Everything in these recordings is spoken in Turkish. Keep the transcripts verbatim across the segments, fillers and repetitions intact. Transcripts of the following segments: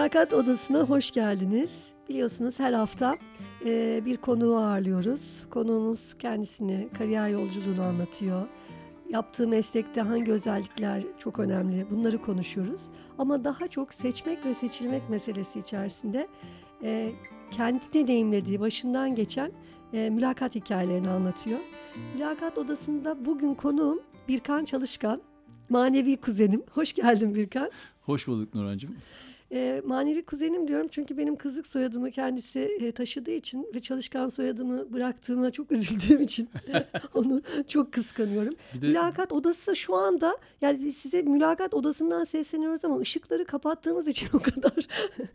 Mülakat Odası'na hoş geldiniz. Biliyorsunuz her hafta e, bir konuğu ağırlıyoruz. Konuğumuz kendisini, kariyer yolculuğunu anlatıyor. Yaptığı meslekte hangi özellikler çok önemli, bunları konuşuyoruz. Ama daha çok seçmek ve seçilmek meselesi içerisinde e, kendi deneyimlediği, başından geçen e, mülakat hikayelerini anlatıyor. Mülakat Odası'nda bugün konuğum Birkan Çalışkan, manevi kuzenim. Hoş geldin Birkan. Hoş bulduk Nurhancığım. E, manevi kuzenim diyorum çünkü benim kızlık soyadımı kendisi e, taşıdığı için ve Çalışkan soyadımı bıraktığıma çok üzüldüğüm için onu çok kıskanıyorum. De... Mülakat Odası şu anda, yani biz size Mülakat Odası'ndan sesleniyoruz ama ışıkları kapattığımız için o kadar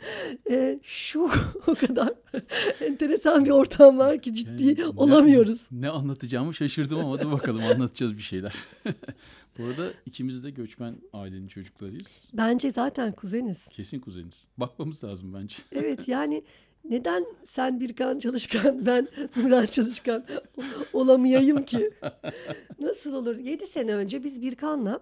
e, şu o kadar enteresan bir ortam var ki ciddi yani, olamıyoruz. Ne, ne anlatacağımı şaşırdım ama dur bakalım anlatacağız bir şeyler. Bu arada ikimiz de göçmen ailenin çocuklarıyız. Bence zaten kuzeniz. Kesin kuzeniz. Bakmamız lazım bence. Evet, yani neden sen Birkan Çalışkan, ben Murat Çalışkan olamayayım ki? Nasıl olur? Yedi sene önce biz Birkan'la,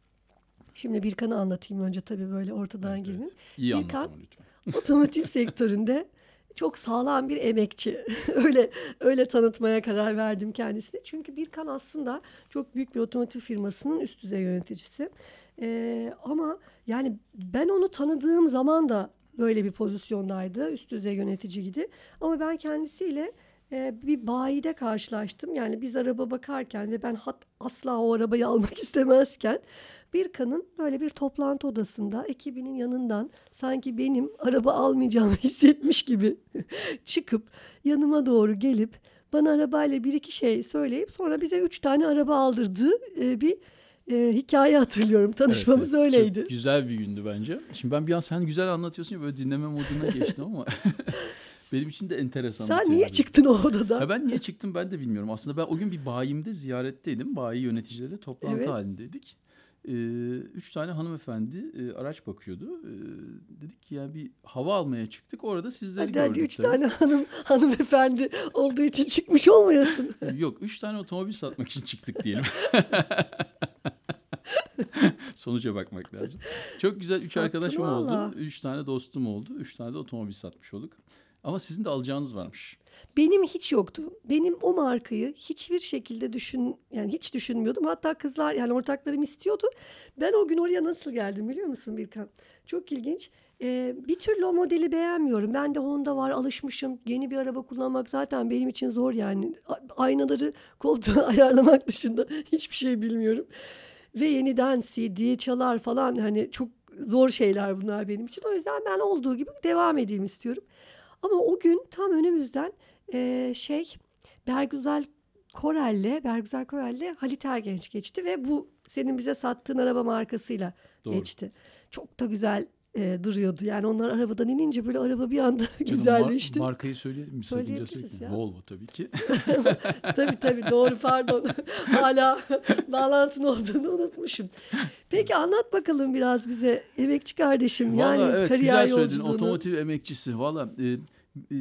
şimdi Birkan'ı anlatayım önce tabii böyle ortadan evet, gireyim. Evet. İyi Birkan, anlat ama lütfen. Otomotiv sektöründe çok sağlam bir emekçi. öyle öyle tanıtmaya karar verdim kendisini. Çünkü Birkan aslında çok büyük bir otomotiv firmasının üst düzey yöneticisi. Ee, ama yani ben onu tanıdığım zaman da böyle bir pozisyondaydı. Üst düzey yöneticiydi. Ama ben kendisiyle e, bir bayide karşılaştım. Yani biz araba bakarken ve ben hat, asla o arabayı almak istemezken Birkan'ın böyle bir toplantı odasında ekibinin yanından sanki benim araba almayacağımı hissetmiş gibi çıkıp yanıma doğru gelip bana arabayla bir iki şey söyleyip sonra bize üç tane araba aldırdığı e, bir e, hikaye hatırlıyorum. Tanışmamız evet, evet. öyleydi. Çok güzel bir gündü bence. Şimdi ben bir an sen güzel anlatıyorsun ya böyle dinleme moduna geçtim ama... Benim için de enteresan. Sen niye yani. çıktın o odadan? Ya ben niye çıktım ben de bilmiyorum. Aslında ben o gün bir bayimde ziyaretteydim. Bayi yöneticileriyle toplantı evet. halindeydik. Ee, üç tane hanımefendi e, araç bakıyordu. Ee, dedik ki yani bir hava almaya çıktık. Orada sizleri hadi gördük. Hadi üç tabii. tane hanım hanımefendi olduğu için çıkmış olmayasın. Yok, üç tane otomobil satmak için çıktık diyelim. Sonuca bakmak lazım. Çok güzel üç Sattın arkadaşım vallahi. oldu. Üç tane dostum oldu. Üç tane de otomobil satmış olduk. Ama sizin de alacağınız varmış. Benim hiç yoktu. Benim o markayı hiçbir şekilde düşün, yani hiç düşünmüyordum. Hatta kızlar, yani ortaklarım istiyordu. Ben o gün oraya nasıl geldim biliyor musun Birkan? Çok ilginç. Ee, bir türlü o modeli beğenmiyorum. Ben de Honda var, alışmışım. Yeni bir araba kullanmak zaten benim için zor yani. Aynaları koltuğa ayarlamak dışında hiçbir şey bilmiyorum. Ve yeniden C D çalar falan, hani çok zor şeyler bunlar benim için. O yüzden ben olduğu gibi devam edeyim istiyorum. Ama o gün tam önümüzden e, şey Bergüzar Korel'le Bergüzar Korel'le Halit Ergenç geçti ve bu senin bize sattığın araba markasıyla Doğru. geçti. Çok da güzel e, duruyordu. Yani onlar arabadan inince böyle araba bir anda Canım, güzelleşti. Mar- markayı söyleyelim mi? Sakıncası yok. Volvo tabii ki. tabii tabii doğru, pardon. Hala bağlantın olduğunu unutmuşum. Peki anlat bakalım biraz bize emekçi kardeşim. Vallahi yani evet, kariyer güzel söyledin. yolculuğunu. Otomotiv emekçisi. Valla e, e,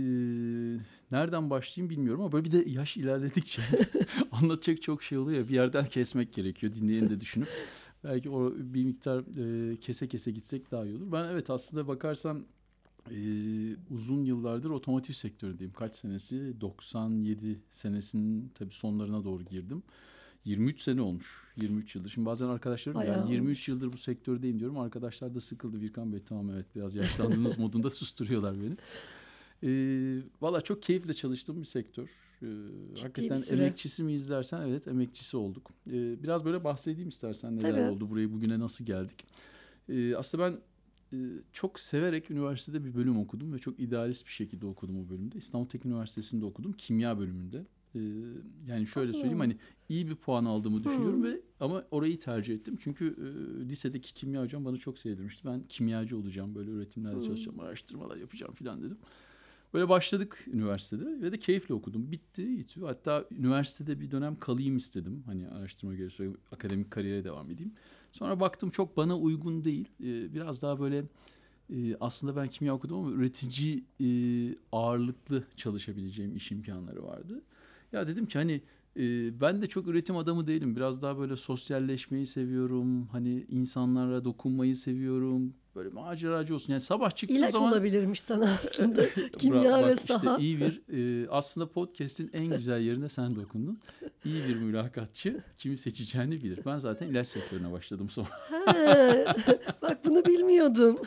nereden başlayayım bilmiyorum ama böyle bir de yaş ilerledikçe anlatacak çok şey oluyor ya, bir yerden kesmek gerekiyor, dinleyeni de düşünüp. Belki o bir miktar e, kese kese gitsek daha iyi olur. Ben evet aslında bakarsan e, uzun yıllardır otomotiv sektöründeyim. Kaç senesi? doksan yedi senesinin tabii sonlarına doğru girdim. yirmi üç sene olmuş. yirmi üç yıldır. Şimdi bazen arkadaşlarım Bayağı yani yirmi üç olmuş. Yıldır bu sektördeyim diyorum. Arkadaşlar da sıkıldı. Birkan Bey tamam evet biraz yaşlandığınız modunda susturuyorlar beni. E, Valla çok keyifle çalıştığım bir sektör. Ee, hakikaten emekçisi mi izlersen evet emekçisi olduk. Ee, biraz böyle bahsedeyim istersen neler Tabii. oldu, buraya bugüne nasıl geldik. Ee, aslında ben e, çok severek üniversitede bir bölüm okudum ve çok idealist bir şekilde okudum o bölümde. İstanbul Teknik Üniversitesi'nde okudum, kimya bölümünde. Ee, yani şöyle söyleyeyim, hani iyi bir puan aldığımı düşünüyorum ve ama orayı tercih ettim. Çünkü e, lisedeki kimya hocam bana çok sevdirmişti. Ben kimyacı olacağım, böyle üretimlerde çalışacağım, araştırmalar yapacağım falan dedim. Böyle başladık üniversitede ve de keyifle okudum. Bitti, İTÜ. Hatta üniversitede bir dönem kalayım istedim. Hani araştırma geliştirme, akademik kariyere devam edeyim. Sonra baktım çok bana uygun değil. Ee, biraz daha böyle e, aslında ben kimya okudum ama üretici e, ağırlıklı çalışabileceğim iş imkanları vardı. Ya dedim ki hani e, ben de çok üretim adamı değilim. Biraz daha böyle sosyalleşmeyi seviyorum. Hani insanlara dokunmayı seviyorum. böyle maceracı olsun. Yani sabah çıktığım İlaç zaman olabilirmiş sana aslında. Bra- Kimya ve bak işte saha. iyi bir e, aslında podcast'in en güzel yerine sen dokundun. İyi bir mülakatçı kimi seçeceğini bilir. Ben zaten ilaç sektörüne başladım sonra. He, bak bunu bilmiyordum.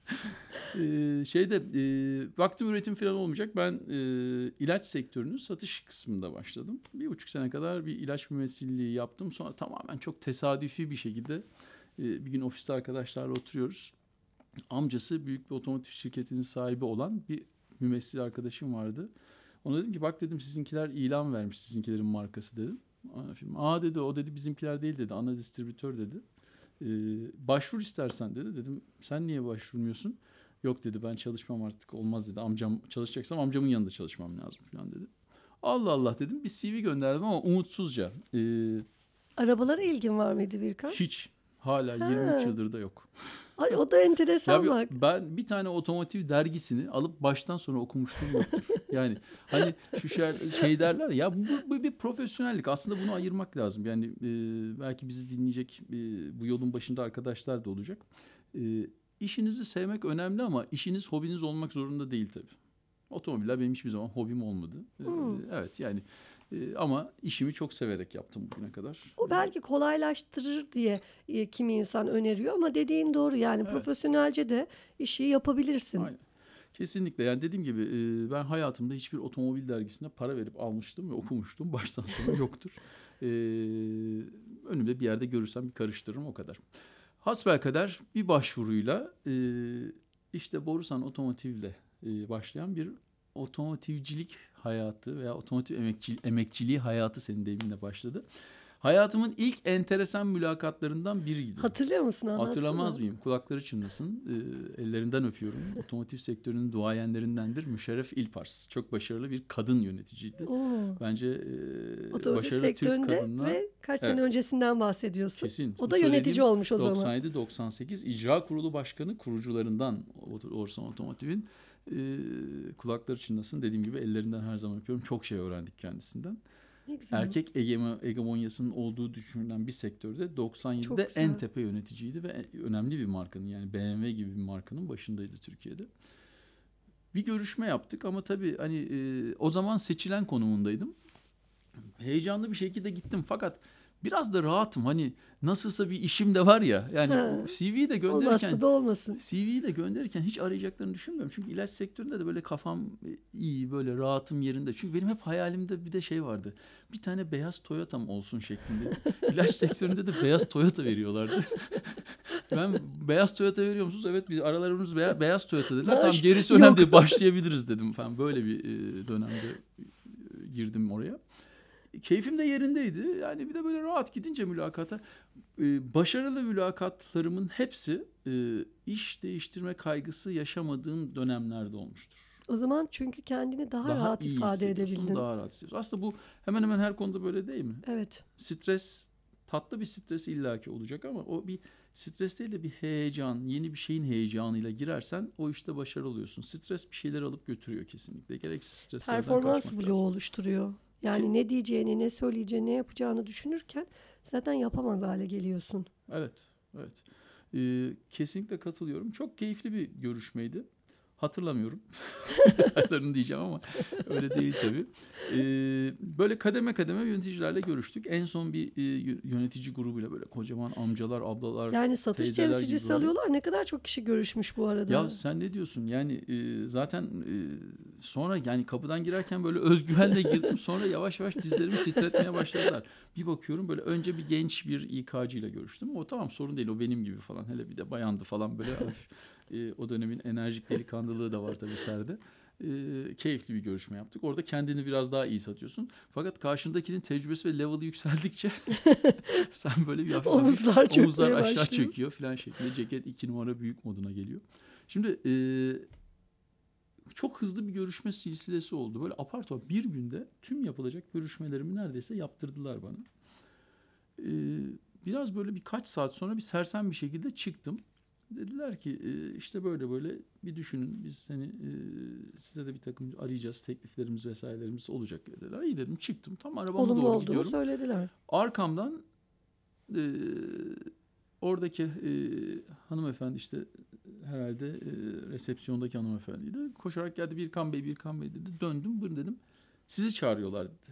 Ee, şeyde e, baktım üretim falan olmayacak. Ben e, ilaç sektörünün satış kısmında başladım. Bir buçuk sene kadar bir ilaç mümessilliği yaptım. Sonra tamamen çok tesadüfi bir şekilde e, bir gün ofiste arkadaşlarla oturuyoruz. Amcası büyük bir otomotiv şirketinin sahibi olan bir mümessil arkadaşım vardı. Ona dedim ki bak dedim sizinkiler ilan vermiş, sizinkilerin markası dedim. Ana film. Aa dedi, o dedi bizimkiler değil dedi, ana distribütör dedi. Ee, başvur istersen dedi. Dedim sen niye başvurmuyorsun? Yok dedi, ben çalışmam artık, olmaz dedi. Amcam çalışacaksam amcamın yanında çalışmam lazım falan dedi. Allah Allah dedim, bir C V gönderdim ama umutsuzca. Ee, Arabalara ilgin var mıydı Birkan? hiç hala yirmi üç Ha. yıldır da yok. Ay o da Ya enteresan bir, bak. ben bir tane otomotiv dergisini alıp baştan sona okumuşluğum yoktur. Yani hani şu şey, şey derler ya, bu, bu bir profesyonellik. Aslında bunu ayırmak lazım. Yani e, belki bizi dinleyecek e, bu yolun başında arkadaşlar da olacak. E, işinizi sevmek önemli ama işiniz hobiniz olmak zorunda değil tabii. Otomobiller benim hiçbir zaman hobim olmadı. E, Hmm. evet yani e, ama işimi çok severek yaptım bugüne kadar. O belki kolaylaştırır diye e, kimi insan öneriyor ama dediğin doğru yani Evet. profesyonelce de işi yapabilirsin. Aynen. Kesinlikle, yani dediğim gibi e, ben hayatımda hiçbir otomobil dergisine para verip almıştım ve okumuştum. Baştan sona yoktur. E, önümde bir yerde görürsem bir karıştırırım, o kadar. Hasbelkader bir başvuruyla e, işte Borusan Otomotiv'le e, başlayan bir otomotivcilik hayatı veya otomotiv emekçi, emekçiliği hayatı senin deyiminle başladı. Hayatımın ilk enteresan mülakatlarından biriydi. Hatırlıyor musun? Hatırlamaz Anlatsana. mıyım? Kulakları çınlasın. Ee, ellerinden öpüyorum. Otomotiv sektörünün duayenlerindendir. Müşerref İlpars. Çok başarılı bir kadın yöneticiydi. Oo. Bence e, Otomotiv başarılı Türk sektöründe kadınına ve kaç sene evet, öncesinden bahsediyorsun. kesin. O Bu da yönetici söylediğim olmuş o zaman. doksan yedi doksan sekiz icra kurulu başkanı, kurucularından Orsan Otomotiv'in. E, kulakları çınlasın. Dediğim gibi ellerinden her zaman öpüyorum. Çok şey öğrendik kendisinden. Ne güzel. Erkek egemo, hegemonyasının olduğu düşünülen bir sektörde doksan yedide Çok güzel. en tepe yöneticiydi ve önemli bir markanın, yani B M W gibi bir markanın başındaydı Türkiye'de. Bir görüşme yaptık ama tabii hani e, o zaman seçilen konumundaydım. Heyecanlı bir şekilde gittim fakat biraz da rahatım. Hani nasılsa bir işim de var ya. Yani Ha. C V'yi de gönderirken Olmazsa da olmasın. C V'yi de gönderirken hiç arayacaklarını düşünmüyorum. Çünkü ilaç sektöründe de böyle kafam iyi, böyle rahatım yerinde. Çünkü benim hep hayalimde bir de şey vardı. Bir tane beyaz Toyota'm olsun şeklinde. İlaç sektöründe de beyaz Toyota veriyorlardı. Ben beyaz Toyota veriyor musunuz? Evet, bir aralarımız beya- beyaz Toyota dediler. Tamam, Maaş gerisi yok. önemli değil, başlayabiliriz dedim falan. Böyle bir e, dönemde e, girdim oraya. Keyfim de yerindeydi. Yani bir de böyle rahat gidince mülakata, e, başarılı mülakatlarımın hepsi e, iş değiştirme kaygısı yaşamadığım dönemlerde olmuştur. O zaman çünkü kendini daha, Daha rahat iyi ifade hissediyorsun, edebildin. daha rahat hissediyorsun. Aslında bu hemen hemen her konuda böyle değil mi? Evet. Stres, tatlı bir stres illaki olacak ama o bir stres değil de bir heyecan, yeni bir şeyin heyecanıyla girersen o işte başarılı oluyorsun. Stres bir şeyler alıp götürüyor kesinlikle. Gereksiz streslerden Performans kaçmak bloğu lazım. oluşturuyor. Yani Ki, ne diyeceğini, ne söyleyeceğini, ne yapacağını düşünürken zaten yapamaz hale geliyorsun. evet, evet. Ee, kesinlikle katılıyorum. Çok keyifli bir görüşmeydi. Hatırlamıyorum detaylarını diyeceğim ama öyle değil tabii. Ee, böyle kademe kademe yöneticilerle görüştük. En son bir e, yönetici grubuyla böyle kocaman amcalar, ablalar, Yani satış teyzeler gibi temsilcisi böyle. alıyorlar. Ne kadar çok kişi görüşmüş bu arada. Ya sen ne diyorsun? Yani e, zaten e, sonra yani kapıdan girerken böyle özgüvenle girdim. Sonra yavaş yavaş dizlerimi titretmeye başladılar. Bir bakıyorum böyle, önce bir genç bir İK'cı ile görüştüm. O tamam, sorun değil, o benim gibi falan. Hele bir de bayandı falan böyle hafif. E, o dönemin enerjik delikanlılığı da var tabii serde. E, keyifli bir görüşme yaptık. Orada kendini biraz daha iyi satıyorsun. Fakat karşındakinin tecrübesi ve level'ı yükseldikçe sen böyle bir hafif hafif Omuzlar çökmeye omuzlar aşağı başlıyor. çöküyor falan şeklinde. Ceket iki numara büyük moduna geliyor. Şimdi e, çok hızlı bir görüşme silsilesi oldu. Böyle apar topar bir günde tüm yapılacak görüşmelerimi neredeyse yaptırdılar bana. E, biraz böyle birkaç saat sonra bir sersem bir şekilde çıktım. Dediler ki e, işte böyle böyle bir düşünün. Biz seni e, size de bir takım arayacağız. Tekliflerimiz vesairelerimiz olacak dediler. İyi dedim, çıktım. Tam arabama Olumlu doğru olduğunu gidiyorum. söylediler. Arkamdan e, oradaki e, hanımefendi işte herhalde e, resepsiyondaki hanımefendiydi. Koşarak geldi, Birkan Bey, Birkan Bey dedi. Döndüm, buyurun dedim. Sizi çağırıyorlar dedi.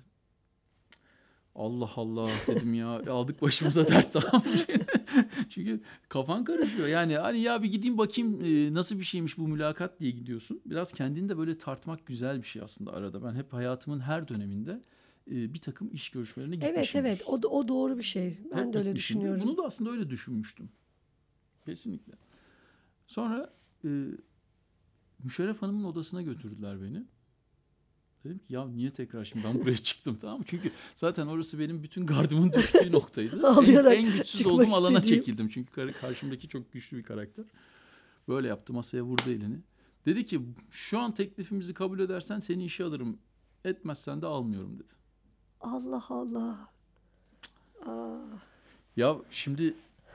Allah Allah dedim ya, aldık başımıza dert, tamam mı? Çünkü kafan karışıyor. Yani hani ya bir gideyim bakayım e, nasıl bir şeymiş bu mülakat diye gidiyorsun. Biraz kendini de böyle tartmak güzel bir şey aslında arada. Ben hep hayatımın her döneminde e, bir takım iş görüşmelerine Evet gitmişimdir. evet, o, da- o doğru bir şey. Ben Hep de öyle gitmişimdir. düşünüyorum. Bunu da aslında öyle düşünmüştüm. Kesinlikle. Sonra e, Müşerref Hanım'ın odasına götürdüler beni. Dedim ki ya niye tekrar şimdi ben buraya çıktım, tamam mı? Çünkü zaten orası benim bütün gardımın düştüğü noktaydı. en, Ağlayarak en güçsüz çıkmak olduğum alana istediğim. çekildim. Çünkü kar- karşımdaki çok güçlü bir karakter. Böyle yaptı, masaya vurdu elini. Dedi ki şu an teklifimizi kabul edersen seni işe alırım. Etmezsen de almıyorum dedi. Allah Allah. Aa, Ya şimdi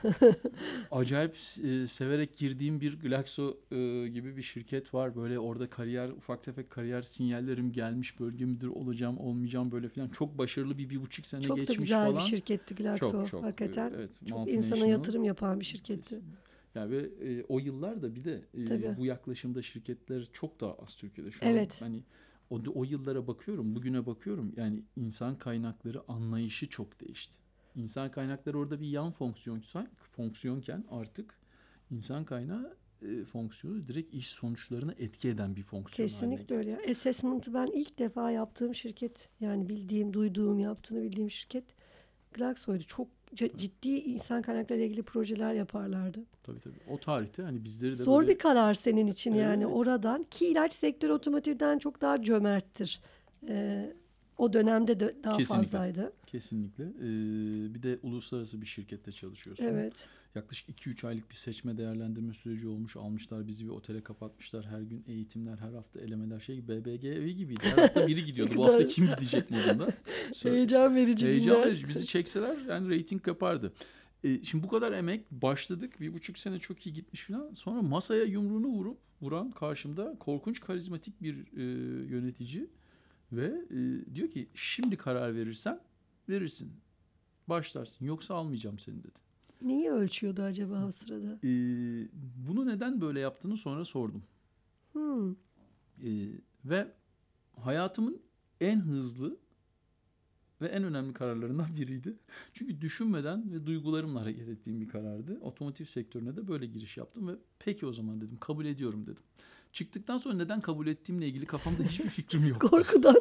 acayip e, severek girdiğim bir Glaxo e, gibi bir şirket var. Böyle orada kariyer, ufak tefek kariyer sinyallerim gelmiş. Bölge müdürü olacağım, olmayacağım böyle falan. Çok başarılı bir, bir buçuk sene çok da geçmiş güzel bir falan. şirketti Glaxo. Çok çok e, Hakikaten. evet, Çok insana multinational. yatırım yapan bir şirketti. Kesin. Ya ve e, o yıllarda bir de e, Tabii. bu yaklaşımda şirketler çok daha az Türkiye'de. Şu Evet. an hani o, o yıllara bakıyorum, bugüne bakıyorum. Yani insan kaynakları anlayışı çok değişti. İnsan kaynakları orada bir yan fonksiyon fonksiyonken artık insan kaynağı e, fonksiyonu direkt iş sonuçlarına etki eden bir fonksiyon haline Kesinlikle öyle. geldi. Ya. Assessment'ı ben ilk defa yaptığım şirket, yani bildiğim, duyduğum, yaptığını bildiğim şirket Glaxo'ydu. Çok c- ciddi insan kaynakları ile ilgili projeler yaparlardı. Tabii tabii. O tarihte hani bizleri de Zor böyle bir karar senin için yani evet. oradan, ki ilaç sektörü otomotivden çok daha cömerttir. Ee, o dönemde de daha Kesinlikle. fazlaydı. Kesinlikle. Ee, bir de uluslararası bir şirkette çalışıyorsun. Evet. Yaklaşık iki üç aylık bir seçme değerlendirme süreci olmuş. Almışlar bizi bir otele, kapatmışlar. Her gün eğitimler, her hafta elemeler, şey gibi, B B G evi gibiydi. Her hafta biri gidiyordu. Bu hafta kim gidecek modunda. Heyecan verici Heyecan günler. verici. Bizi çekseler yani reyting yapardı. Ee, şimdi bu kadar emek, başladık. Bir buçuk sene çok iyi gitmiş falan. Sonra masaya yumruğunu vurup vuran karşımda korkunç karizmatik bir e, yönetici. Ve e, diyor ki şimdi karar verirsen verirsin. Başlarsın. Yoksa almayacağım seni dedi. Neyi ölçüyordu acaba o sırada? E, bunu neden böyle yaptığını sonra sordum. Hmm. E, ve hayatımın en hızlı ve en önemli kararlarından biriydi. Çünkü düşünmeden ve duygularımla hareket ettiğim bir karardı. Otomotiv sektörüne de böyle giriş yaptım ve peki o zaman dedim, kabul ediyorum dedim. Çıktıktan sonra neden kabul ettiğimle ilgili kafamda hiçbir fikrim yoktu. Korkudan.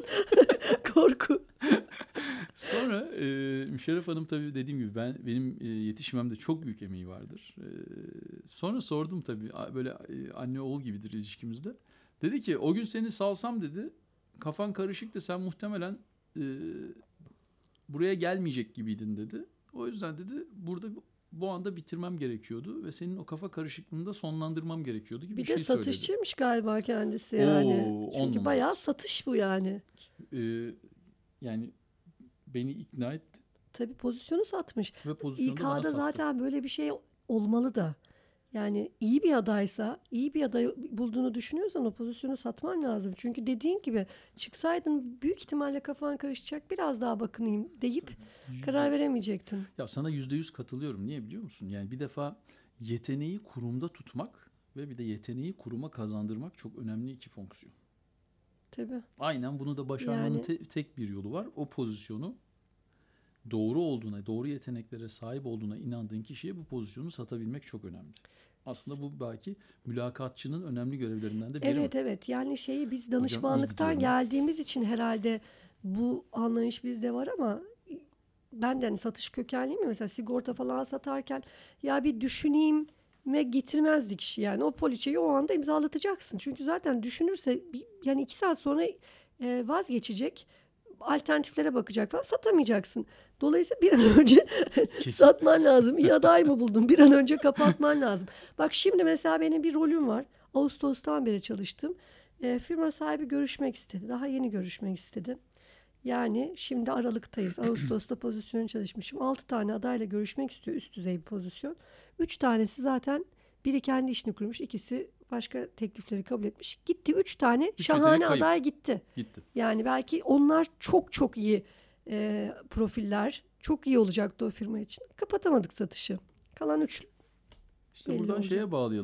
Korku. Sonra e, Müşerref Hanım tabii dediğim gibi ben benim e, yetişmemde çok büyük emeği vardır. E, sonra sordum tabii, böyle e, anne oğul gibidir ilişkimizde. Dedi ki o gün seni salsam dedi, kafan karışıktı, sen muhtemelen e, buraya gelmeyecek gibiydin dedi. O yüzden dedi burada bu anda bitirmem gerekiyordu ve senin o kafa karışıklığını da sonlandırmam gerekiyordu gibi bir, Bir şey de söyledi. satışçıymış galiba kendisi Oo, yani. on Çünkü numara. bayağı satış bu yani. E, yani beni ikna etti Tabii pozisyonu satmış. ve pozisyonda bana İK'da sattı. zaten böyle bir şey olmalı da. Yani iyi bir adaysa, iyi bir aday bulduğunu düşünüyorsan o pozisyonu satman lazım. Çünkü dediğin gibi çıksaydın büyük ihtimalle kafan karışacak, biraz daha bakınayım deyip karar veremeyecektin. Ya sana yüzde yüz katılıyorum. Niye biliyor musun? Yani bir defa yeteneği kurumda tutmak ve bir de yeteneği kuruma kazandırmak çok önemli iki fonksiyon. Tabii. Aynen, bunu da başarmanın Yani te- tek bir yolu var. O pozisyonu doğru olduğuna, doğru yeteneklere sahip olduğuna inandığın kişiye bu pozisyonu satabilmek çok önemli. Aslında bu belki mülakatçının önemli görevlerinden de biri. evet mi? evet, yani şeyi biz Hocam iyi danışmanlıktan gidiyorum. geldiğimiz için herhalde bu anlayış bizde var ama ben de hani satış kökenliyim ya, mesela sigorta falan satarken ya bir düşüneyim ve getirmezdi kişi, yani o poliçeyi o anda imzalatacaksın. Çünkü zaten düşünürse bir, yani iki saat sonra e, vazgeçecek, alternatiflere bakacak falan, satamayacaksın. Dolayısıyla bir an önce satman lazım. İyi aday mı buldun? Bir an önce kapatman lazım. Bak şimdi mesela benim bir rolüm var. Ağustos'tan beri çalıştım. E, firma sahibi görüşmek istedi. Daha yeni görüşmek istedi. Yani şimdi Aralık'tayız. Ağustos'ta pozisyonu çalışmışım. altı tane adayla görüşmek istiyor, üst düzey bir pozisyon. üç tanesi zaten, biri kendi işini kurmuş, ikisi başka teklifleri kabul etmiş. Gitti üç tane Üç şahane yetenek kayıp. aday gitti. Gitti. Yani belki onlar çok çok iyi e, profiller. Çok iyi olacaktı o firma için. Kapatamadık satışı. Kalan üç İşte belli buradan olacak. şeye bağlayalım.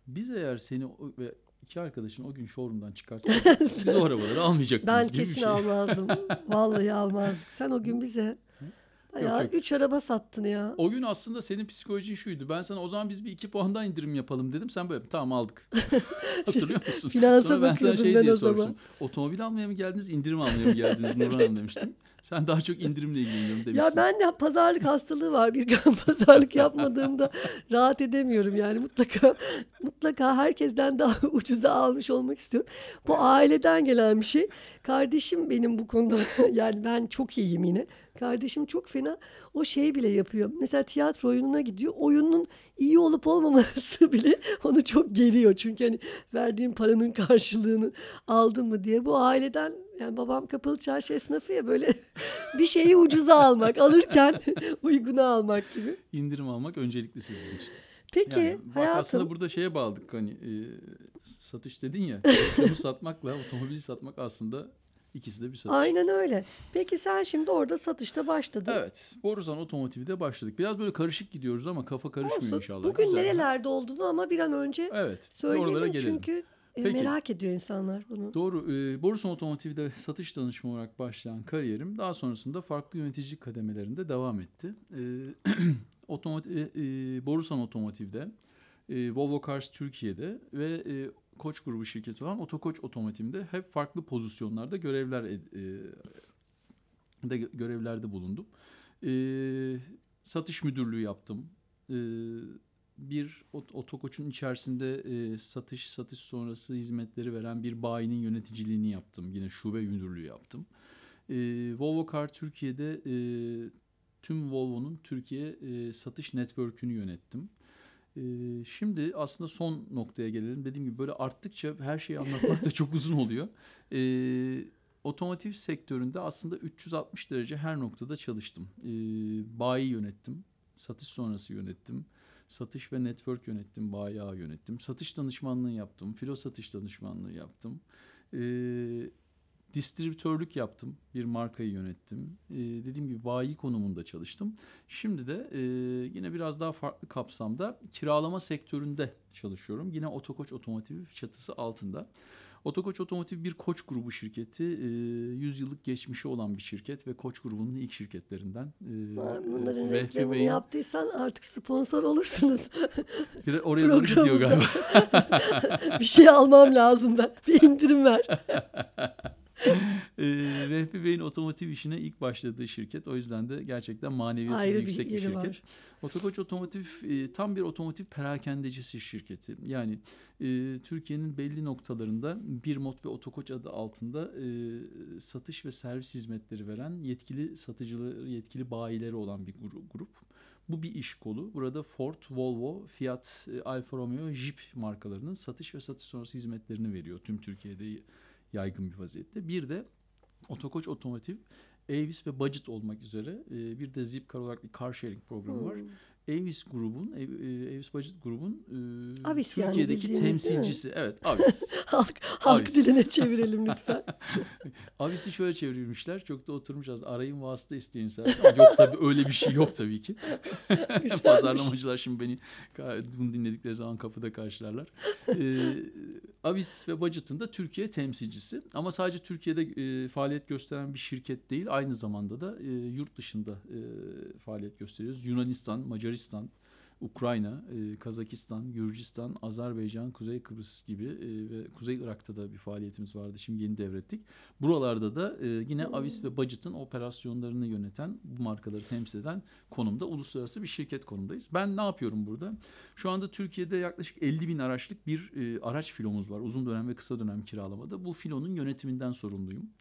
Biz eğer seni o- ve iki arkadaşın o gün showroom'dan çıkartsak siz o arabaları Ben almayacaktınız gibi bir kesin şey. almazdım. Vallahi almazdık. Sen o gün bize Yok bayağı yok. üç araba sattın ya. O gün aslında senin psikolojin şuydu. Ben sana o zaman biz bir iki puandan indirim yapalım dedim. Sen böyle tamam aldık. Hatırlıyor musun? Finansa Sonra ben sana bakıyordum şey ben diye o zaman. sormuştum. Otomobil almaya mı geldiniz, indirim almaya mı geldiniz Nurhan Hanım demiştim. Sen daha çok indirimle ilgileniyorum Ya demiştin. ben de pazarlık hastalığı var. Bir gün pazarlık yapmadığımda rahat edemiyorum. Yani mutlaka mutlaka herkesten daha ucuza almış olmak istiyorum. Bu aileden gelen bir şey. Kardeşim benim bu konuda yani ben çok iyiyim yine. Kardeşim çok fena. O şey bile yapıyor. Mesela tiyatro oyununa gidiyor. Oyunun iyi olup olmaması bile onu çok geriyor. Çünkü hani verdiğim paranın karşılığını aldın mı diye. Bu aileden yani babam kapalı çarşı esnafı ya böyle bir şeyi ucuza almak, alırken uyguna almak gibi. İndirim almak öncelikli sizin için. Peki Yani bak hayatım, aslında burada şeye bağladık hani e, satış dedin ya. Şunu satmakla otomobili satmak aslında ikisi de bir satış. aynen öyle. Peki sen şimdi orada satışta başladın. Evet. Borusan Otomotiv'de başladık. Biraz böyle karışık gidiyoruz ama kafa karışmıyor Olsun. inşallah. Bugün Güzel. nerelerde olduğunu ama bir an önce Evet. Bir oralara söyleyelim gelelim. çünkü e, Peki. merak ediyor insanlar bunu. Doğru. E, Borusan Otomotiv'de satış danışmanı olarak başlayan kariyerim daha sonrasında farklı yöneticilik kademelerinde devam etti. E, otomotiv, e, e, Borusan Otomotiv'de, e, Volvo Cars Türkiye'de ve e, Koç grubu şirketi olan Otokoç Otomotiv'de hep farklı pozisyonlarda görevler ed- e, de görevlerde bulundum. E, satış müdürlüğü yaptım. E, bir ot- Otokoç'un içerisinde e, satış, satış sonrası hizmetleri veren bir bayinin yöneticiliğini yaptım. Yine şube müdürlüğü yaptım. E, Volvo Car Türkiye'de e, tüm Volvo'nun Türkiye e, satış network'ünü yönettim. E, şimdi aslında son noktaya gelelim. Dediğim gibi böyle arttıkça her şeyi anlatmak da çok uzun oluyor. E, otomotiv sektöründe aslında üç yüz altmış derece her noktada çalıştım. E, bayi yönettim, satış sonrası yönettim. Satış ve network yönettim, bayi ağı yönettim. Satış danışmanlığı yaptım, filo satış danışmanlığı yaptım. Ee, distribütörlük yaptım, bir markayı yönettim. Ee, dediğim gibi bayi konumunda çalıştım. Şimdi de e, yine biraz daha farklı kapsamda kiralama sektöründe çalışıyorum. Yine Otokoç Otomotiv çatısı altında. Otokoç Otomotiv bir Koç grubu şirketi. E, yüz yıllık geçmişi olan bir şirket ve Koç grubunun ilk şirketlerinden. E, evet, Bunların Vehbi reklamını Bey'in yaptıysan artık sponsor olursunuz bir oraya doğru gidiyor programımıza. galiba. Bir şey almam lazım ben. Bir indirim ver. e, Vehbi Bey'in otomotiv işine ilk başladığı şirket. O yüzden de gerçekten maneviyatı Ayrı bir yüksek bir yeri şirket. var. Otokoç Otomotiv e, tam bir otomotiv perakendecisi şirketi. Yani e, Türkiye'nin belli noktalarında bir mod ve Otokoç adı altında e, satış ve servis hizmetleri veren yetkili satıcıları, yetkili bayileri olan bir gru- grup. Bu bir iş kolu. Burada Ford, Volvo, Fiat, e, Alfa Romeo, Jeep markalarının satış ve satış sonrası hizmetlerini veriyor. Tüm Türkiye'de yaygın bir vaziyette. Bir de Otokoç Otomotiv, Avis ve Budget olmak üzere e, bir de Zipcar olarak bir car sharing programı var. Hmm. Avis grubun, e, e, Avis Budget grubun e, Avis yani Türkiye'deki bildiğimiz değil mi? temsilcisi. Evet, Avis. Halk, halk Avis. diline çevirelim lütfen. Avis'i şöyle çevirmişler. Çok da oturmuş aslında. Arayın vasıta isteyin istersen. Ama yok tabii öyle bir şey yok tabii ki. Güzelmiş. Pazarlamacılar şimdi beni bunu dinledikleri zaman kapıda karşılarlar. Ee, Avis ve Budget'ın da Türkiye temsilcisi. Ama sadece Türkiye'de e, faaliyet gösteren bir şirket değil. Aynı zamanda da e, yurt dışında e, faaliyet gösteriyoruz. Yunanistan, Macaristan, Ukrayna, e, Kazakistan, Gürcistan, Azerbaycan, Kuzey Kıbrıs gibi e, ve Kuzey Irak'ta da bir faaliyetimiz vardı. Şimdi yeni devrettik. Buralarda da e, yine Avis ve Budget'ın operasyonlarını yöneten, bu markaları temsil eden konumda uluslararası bir şirket konumdayız. Ben ne yapıyorum burada? Şu anda Türkiye'de yaklaşık elli bin araçlık bir e, araç filomuz var. Uzun dönem ve kısa dönem kiralamada. Bu filonun yönetiminden sorumluyum.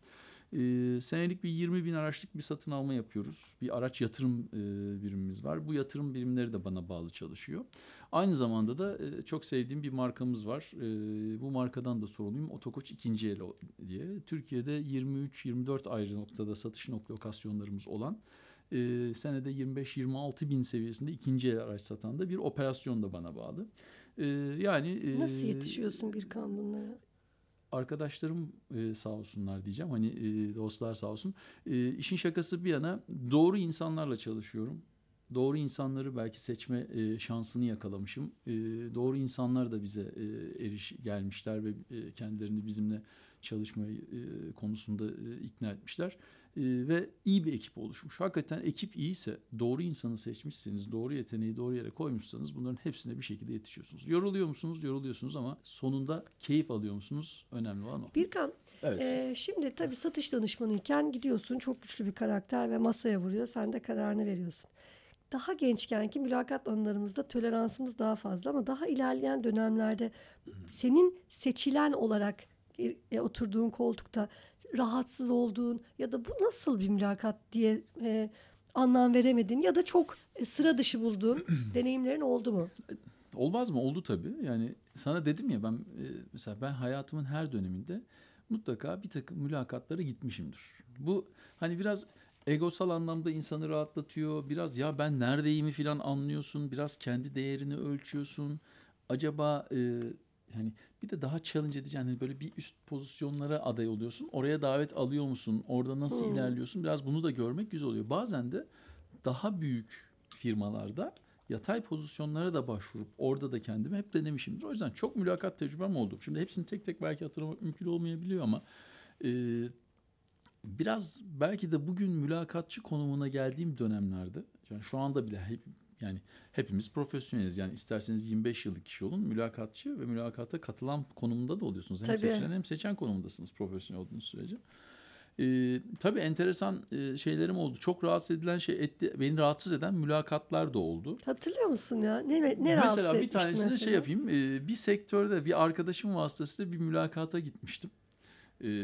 Ee, senelik bir yirmi bin araçlık bir satın alma yapıyoruz. Bir araç yatırım e, birimimiz var. Bu yatırım birimleri de bana bağlı çalışıyor. Aynı zamanda da e, çok sevdiğim bir markamız var. E, bu markadan da sorumluyum. Otokoç ikinci el diye. Türkiye'de yirmi üç yirmi dört ayrı noktada satış nokta lokasyonlarımız olan, e, senede yirmi beş yirmi altı bin seviyesinde ikinci el araç satan da bir operasyon da bana bağlı. E, yani e, Nasıl yetişiyorsun Birkan bunlara? arkadaşlarım e, sağ olsunlar diyeceğim. Hani e, dostlar sağ olsun. E, işin şakası bir yana doğru insanlarla çalışıyorum. doğru insanları belki seçme e, şansını yakalamışım. E, doğru insanlar da bize e, eriş gelmişler ve e, kendilerini bizimle çalışmayı e, konusunda e, ikna etmişler. E, ve iyi bir ekip oluşmuş. Hakikaten ekip iyiyse, doğru insanı seçmişseniz, doğru yeteneği doğru yere koymuşsanız bunların hepsine bir şekilde yetişiyorsunuz. Yoruluyor musunuz? Yoruluyorsunuz ama sonunda keyif alıyor musunuz? Önemli olan o. Birkan, Evet. e, şimdi tabii satış danışmanıyken gidiyorsun, çok güçlü bir karakter ve masaya vuruyor. Sen de kararını veriyorsun. Daha gençkenki mülakat anılarımızda toleransımız daha fazla ama daha ilerleyen dönemlerde senin seçilen olarak e, e, oturduğun koltukta rahatsız olduğun ya da bu nasıl bir mülakat diye e, anlam veremedin ya da çok e, sıra dışı bulduğun deneyimlerin oldu mu? Olmaz mı? Oldu tabii. Yani sana dedim ya ben e, mesela ben hayatımın her döneminde mutlaka bir takım mülakatlara gitmişimdir. Bu hani biraz egosal anlamda insanı rahatlatıyor. Biraz ya ben neredeyimi falan anlıyorsun. Biraz kendi değerini ölçüyorsun. Acaba e, hani bir de daha challenge edici hani böyle bir üst pozisyonlara aday oluyorsun. Oraya davet alıyor musun? Orada nasıl Hmm. ilerliyorsun? Biraz bunu da görmek güzel oluyor. Bazen de daha büyük firmalarda yatay pozisyonlara da başvurup orada da kendimi hep denemişimdir. O yüzden çok mülakat tecrübem oldu. Şimdi hepsini tek tek belki hatırlamak mümkün olmayabiliyor ama e, biraz belki de bugün mülakatçı konumuna geldiğim dönemlerde yani şu anda bile hep, yani hepimiz profesyoneliz. Yani isterseniz yirmi beş yıllık kişi olun mülakatçı ve mülakata katılan konumunda da oluyorsunuz. Hem Tabii. seçilen hem seçen konumundasınız profesyonel olduğunuz sürece. Ee, tabii enteresan e, şeylerim oldu. Çok rahatsız edilen şey etti. Beni rahatsız eden mülakatlar da oldu. Hatırlıyor musun ya? Ne, ne rahatsız Mesela bir etmişti tanesini mesela? şey yapayım. e, bir sektörde bir arkadaşım vasıtasıyla bir mülakata gitmiştim. E,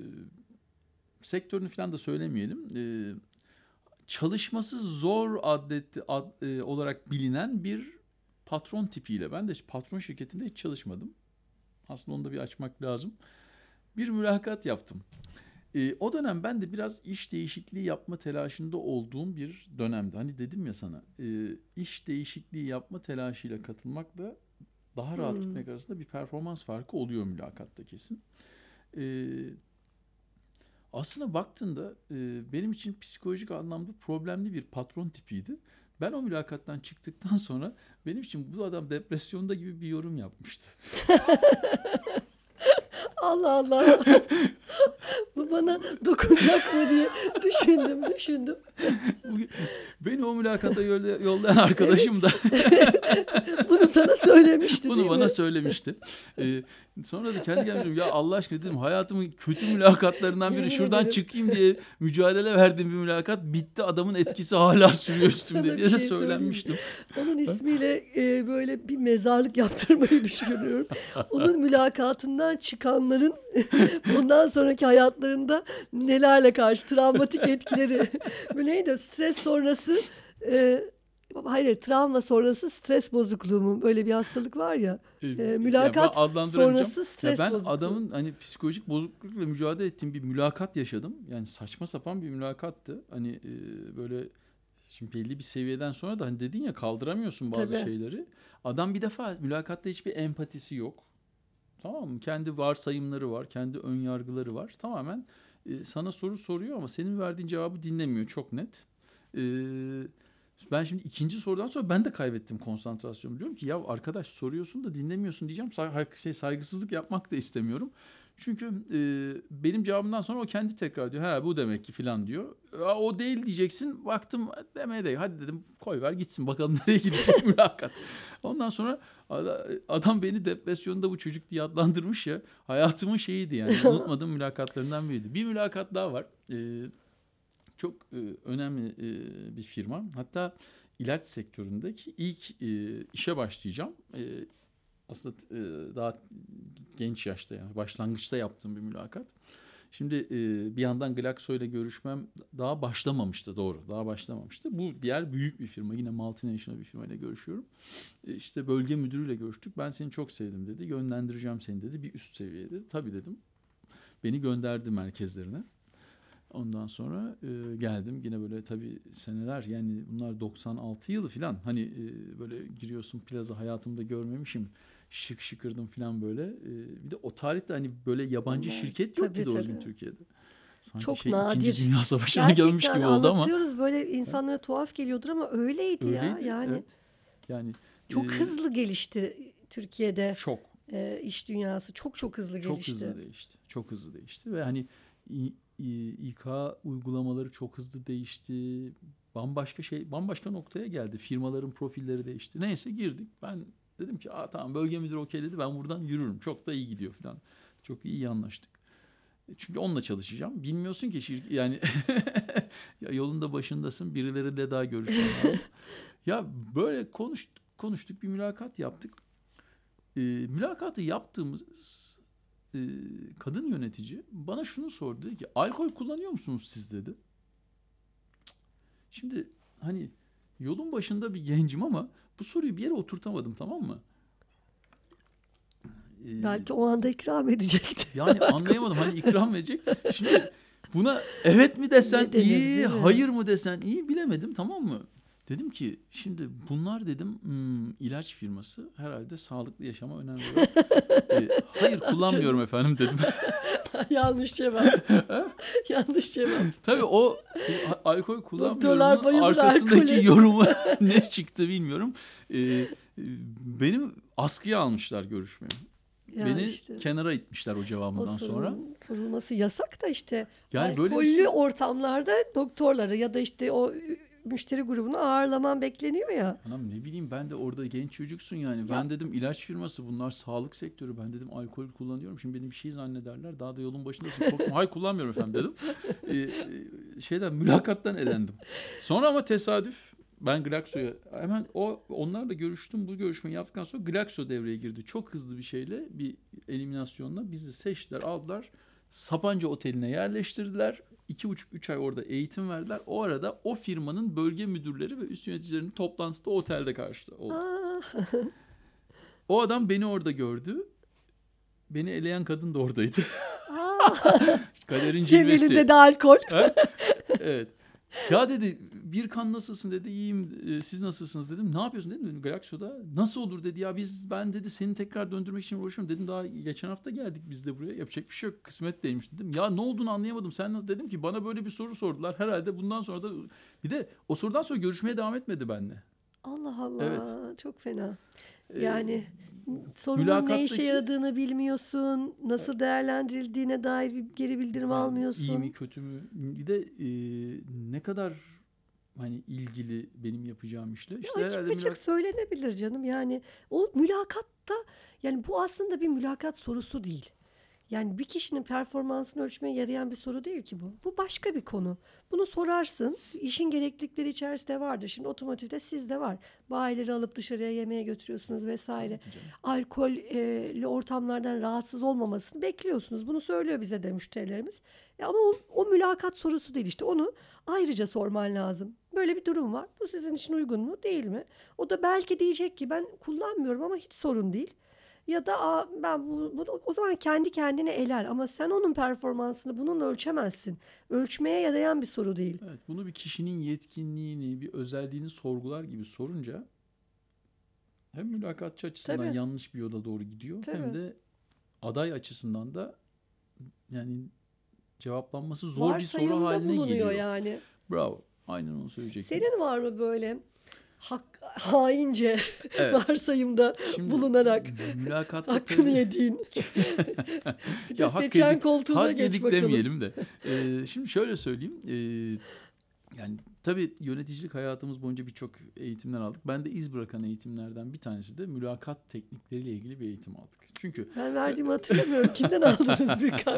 sektörünü falan da söylemeyelim. E, çalışması zor adeti ad, e, olarak bilinen bir patron tipiyle. Ben de patron şirketinde hiç çalışmadım. Aslında onu da bir açmak lazım. Bir mülakat yaptım. E, o dönem ben de biraz iş değişikliği yapma telaşında olduğum bir dönemdi. Hani dedim ya sana e, iş değişikliği yapma telaşıyla katılmakla daha rahat Hmm. gitmek arasında bir performans farkı oluyor mülakatta kesin. E, aslına baktığında e, benim için psikolojik anlamda problemli bir patron tipiydi. Ben o mülakattan çıktıktan sonra benim için bu adam depresyonda gibi bir yorum yapmıştı. Allah Allah. Bu bana dokunacak mı diye düşündüm, düşündüm. Bugün- Beni o mülakata yolla- yollayan arkadaşım da Bunu sana söylemişti bunu değil bana mi? söylemişti. Ee, sonra da kendi kendime ya Allah aşkına dedim hayatımın kötü mülakatlarından biri Yemin şuradan ederim. çıkayım diye mücadele verdiğim bir mülakat bitti adamın etkisi hala sürüyor üstümde Sana bir diye de şey söyleyeyim mi? söylenmiştim. Onun ismiyle e, böyle bir mezarlık yaptırmayı düşünüyorum. Onun mülakatından çıkanların ondan sonraki hayatlarında nelerle karşı travmatik etkileri. Bu neydi? Stres sonrası e, hayır, travma sonrası stres bozukluğu mu? Böyle bir hastalık var ya. Ee, E, ya ben mülakat adlandıramayacağım. sonrası Ya stres ben bozukluğu. adamın hani psikolojik bozuklukla mücadele ettiğim bir mülakat yaşadım. Yani saçma sapan bir mülakattı. Hani e, böyle şimdi belli bir seviyeden sonra da hani dedin ya kaldıramıyorsun bazı Tabii. şeyleri. Adam bir defa mülakatta hiçbir empatisi yok. Tamam mı? Kendi varsayımları var, kendi ön yargıları var. Tamamen e, sana soru soruyor ama senin verdiğin cevabı dinlemiyor çok net. E, ben şimdi ikinci sorudan sonra ben de kaybettim konsantrasyonumu. Diyorum ki ya arkadaş soruyorsun da dinlemiyorsun diyeceğim. Say- şey saygısızlık yapmak da istemiyorum. Çünkü e, benim cevabımdan sonra o kendi tekrar diyor. Ha bu demek ki filan diyor. "Aa, o değil diyeceksin. Baktım demeye de hadi dedim koy ver gitsin bakalım nereye gidecek mülakat. Ondan sonra ada- adam beni depresyonda bu çocuk diye adlandırmış ya. Hayatımın şeyiydi yani unutmadığım mülakatlarından biriydi. Bir mülakat daha var. E, çok e, önemli e, bir firma. Hatta ilaç sektöründeki ilk e, işe başlayacağım. E, aslında e, daha genç yaşta yani başlangıçta yaptığım bir mülakat. Şimdi e, bir yandan Glaxo ile görüşmem daha başlamamıştı doğru. Daha başlamamıştı. Bu diğer büyük bir firma yine multinational bir firmayla görüşüyorum. E, işte bölge müdürüyle görüştük. Ben seni çok sevdim dedi. Yönlendireceğim seni dedi. Bir üst seviyede. Tabii dedim. Beni gönderdi merkezlerine. Ondan sonra e, geldim yine böyle tabii seneler yani bunlar doksan altı yılı falan hani e, böyle giriyorsun plaza hayatımda görmemişim şık şıkırdım falan böyle. E, bir de o tarihte hani böyle yabancı Evet, şirket yok ki tabii doğru düzgün tabii. Türkiye'de. Sanki Çok şey İkinci nadir. Dünya Savaşı'na gelmiş Gerçekten gibi oldu ama. anlatıyoruz böyle insanlara tuhaf geliyordur ama öyleydi ya. Öyleydi, Yani evet. Yani çok e, hızlı gelişti Türkiye'de çok, e, iş dünyası. Çok çok hızlı çok hızlı gelişti. değişti. Çok hızlı değişti ve hani İ- İ- İK uygulamaları çok hızlı değişti. Bambaşka şey, bambaşka noktaya geldi. Firmaların profilleri değişti. Neyse girdik. Ben dedim ki, aa tamam bölge müdürü okeyledi. Ben buradan yürürüm. Çok da iyi gidiyor falan. Çok iyi anlaştık. Çünkü onunla çalışacağım. Bilmiyorsun ki şirket yani ya yolunda başındasın. Birileriyle daha görüşmen lazım. Ya böyle konuştuk, konuştuk bir mülakat yaptık. Ee, mülakatı yaptığımız e, kadın yönetici bana şunu sordu. Dedi ki alkol kullanıyor musunuz siz dedi. Şimdi hani yolun başında bir gencim ama bu soruyu bir yere oturtamadım, tamam mı? Ee, Belki o anda ikram edecekti. Yani anlayamadım hani ikram verecek. Şimdi buna evet mi desen Ne denir, iyi, değil mi? hayır mı desen iyi bilemedim, tamam mı? Dedim ki şimdi bunlar dedim hmm, ilaç firması herhalde sağlıklı yaşama önem veriyor. Ee, hayır kullanmıyorum efendim dedim. Yanlış cevap. Yanlış cevap. Tabii o e, a- alkol Doktorlar kullanmıyorumun bayılır arkasındaki alkole. yorumu ne çıktı bilmiyorum. Ee, e, benim askıya almışlar görüşmeye. Ya Beni işte kenara itmişler o o cevabımdan sonra. sorun, sorulması yasak da işte Yani böyle bir alkollü sor- ortamlarda doktorları ya da işte o ü- müşteri grubunu ağırlaman bekleniyor ya. Anam ne bileyim ben de orada genç çocuksun yani. Ya Ben dedim ilaç firması bunlar sağlık sektörü. Ben dedim alkol kullanıyorum. Şimdi beni bir şey zannederler. Daha da yolun başındasın. Korkma. Hayır kullanmıyorum efendim dedim. Ee, e, şeyden mülakattan elendim. Sonra ama tesadüf ben Glaxo'ya hemen o onlarla görüştüm. Bu görüşmeyi yaptıktan sonra Glaxo devreye girdi. Çok hızlı bir şeyle bir eliminasyonla bizi seçtiler, aldılar. Sapanca Oteli'ne yerleştirdiler. İki buçuk, üç ay orada eğitim verdiler. O arada o firmanın bölge müdürleri ve üst yöneticilerinin toplantısı da o otelde karşıladı oldu. aa, O adam beni orada gördü. Beni eleyen kadın da oradaydı. aa. Kaderin Senin elinde cilvesi. de alkol. Ha? Evet. Ya dedi Birkan nasılsın dedi, iyiyim, e, siz nasılsınız dedim. Ne yapıyorsun dedim, dedim Glaxo'da. Nasıl olur dedi, ya biz ben dedi seni tekrar döndürmek için uğraşıyorum dedim. Daha geçen hafta geldik biz de buraya, yapacak bir şey yok, kısmet değilmiş dedim. Ya ne olduğunu anlayamadım, sen nasıl dedim ki bana böyle bir soru sordular. Herhalde bundan sonra da bir de o sorudan sonra görüşmeye devam etmedi benimle. Allah Evet. Allah, çok fena. Ee, Yani sorunun ne işe mülakattaki yaradığını bilmiyorsun, nasıl değerlendirildiğine dair bir geri bildirim yani iyi mi almıyorsun. kötü mü bir de e, ne kadar hani ilgili benim yapacağım işle. Ya İşte açık herhalde açık mülak söylenebilir canım. Yani o mülakatta, yani bu aslında bir mülakat sorusu değil. Yani bir kişinin performansını ölçmeye yarayan bir soru değil ki bu. Bu başka bir konu. Bunu sorarsın. İşin gereklilikleri içerisinde vardır. Şimdi otomotivde sizde var. Bayileri alıp dışarıya yemeğe götürüyorsunuz vesaire. tabii ki canım. Alkollü ortamlardan rahatsız olmamasını bekliyorsunuz. Bunu söylüyor bize de müşterilerimiz. E ama o, o mülakat sorusu değil işte. Onu ayrıca sorman lazım. Böyle bir durum var. Bu sizin için uygun mu, değil mi? O da belki diyecek ki ben kullanmıyorum ama hiç sorun değil. Ya da Aa, ben bu, bunu o zaman kendi kendine eler ama sen onun performansını bununla ölçemezsin. Ölçmeye yarayan bir soru değil. Evet, bunu bir kişinin yetkinliğini, bir özelliğini sorgular gibi sorunca hem mülakatçı açısından Tabii, yanlış bir yola doğru gidiyor hem tabii. de aday açısından da yani cevaplanması zor bir soru Varsayımda haline bulunuyor geliyor. yani. Bravo. Aynen onu söyleyecektim. Senin var mı böyle hak, haince Evet. varsayımda Şimdi bulunarak mülakatta hakkını tabii yediğin? Bir de ya hak seçen yedik, koltuğuna hak geç yedik bakalım. demeyelim de. Ee, şimdi şöyle söyleyeyim. Ee, yani tabii yöneticilik hayatımız boyunca birçok eğitimler aldık. Ben de iz bırakan eğitimlerden bir tanesi de mülakat teknikleriyle ilgili bir eğitim aldık. Çünkü Ben verdiğimi hatırlamıyorum. Kimden aldınız Birkan?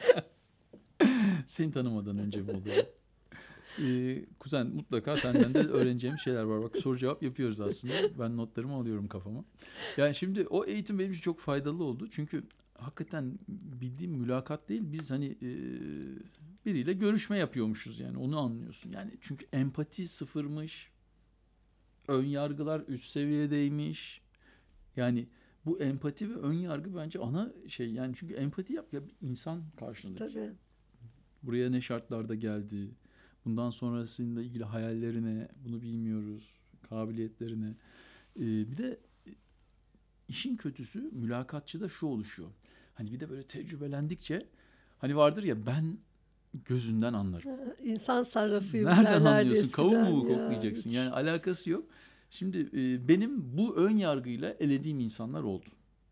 seni tanımadan önce mi oluyor? Ee, kuzen mutlaka senden de öğreneceğim şeyler var. Bak soru cevap yapıyoruz aslında. Ben notlarımı alıyorum kafama. Yani şimdi o eğitim benim için çok faydalı oldu. Çünkü hakikaten bildiğim mülakat değil. Biz hani e, biriyle görüşme yapıyormuşuz yani onu anlıyorsun. Yani çünkü empati sıfırmış. Ön yargılar üst seviyedeymiş. Yani bu empati ve ön yargı bence ana şey. Yani çünkü empati yap ya bir insan karşındaki. Tabii. Buraya ne şartlarda geldi? Bundan sonrasında ilgili hayallerine, bunu bilmiyoruz, kabiliyetlerine. Ee, bir de işin kötüsü mülakatçıda şu oluşuyor. Hani bir de böyle tecrübelendikçe hani vardır ya ben gözünden anlarım. Ha, İnsan sarrafıyım Nereden derlerdi anlıyorsun? Kavun eskiden mu ya koklayacaksın? hiç. Yani alakası yok. Şimdi e, benim bu ön yargıyla elediğim insanlar oldu.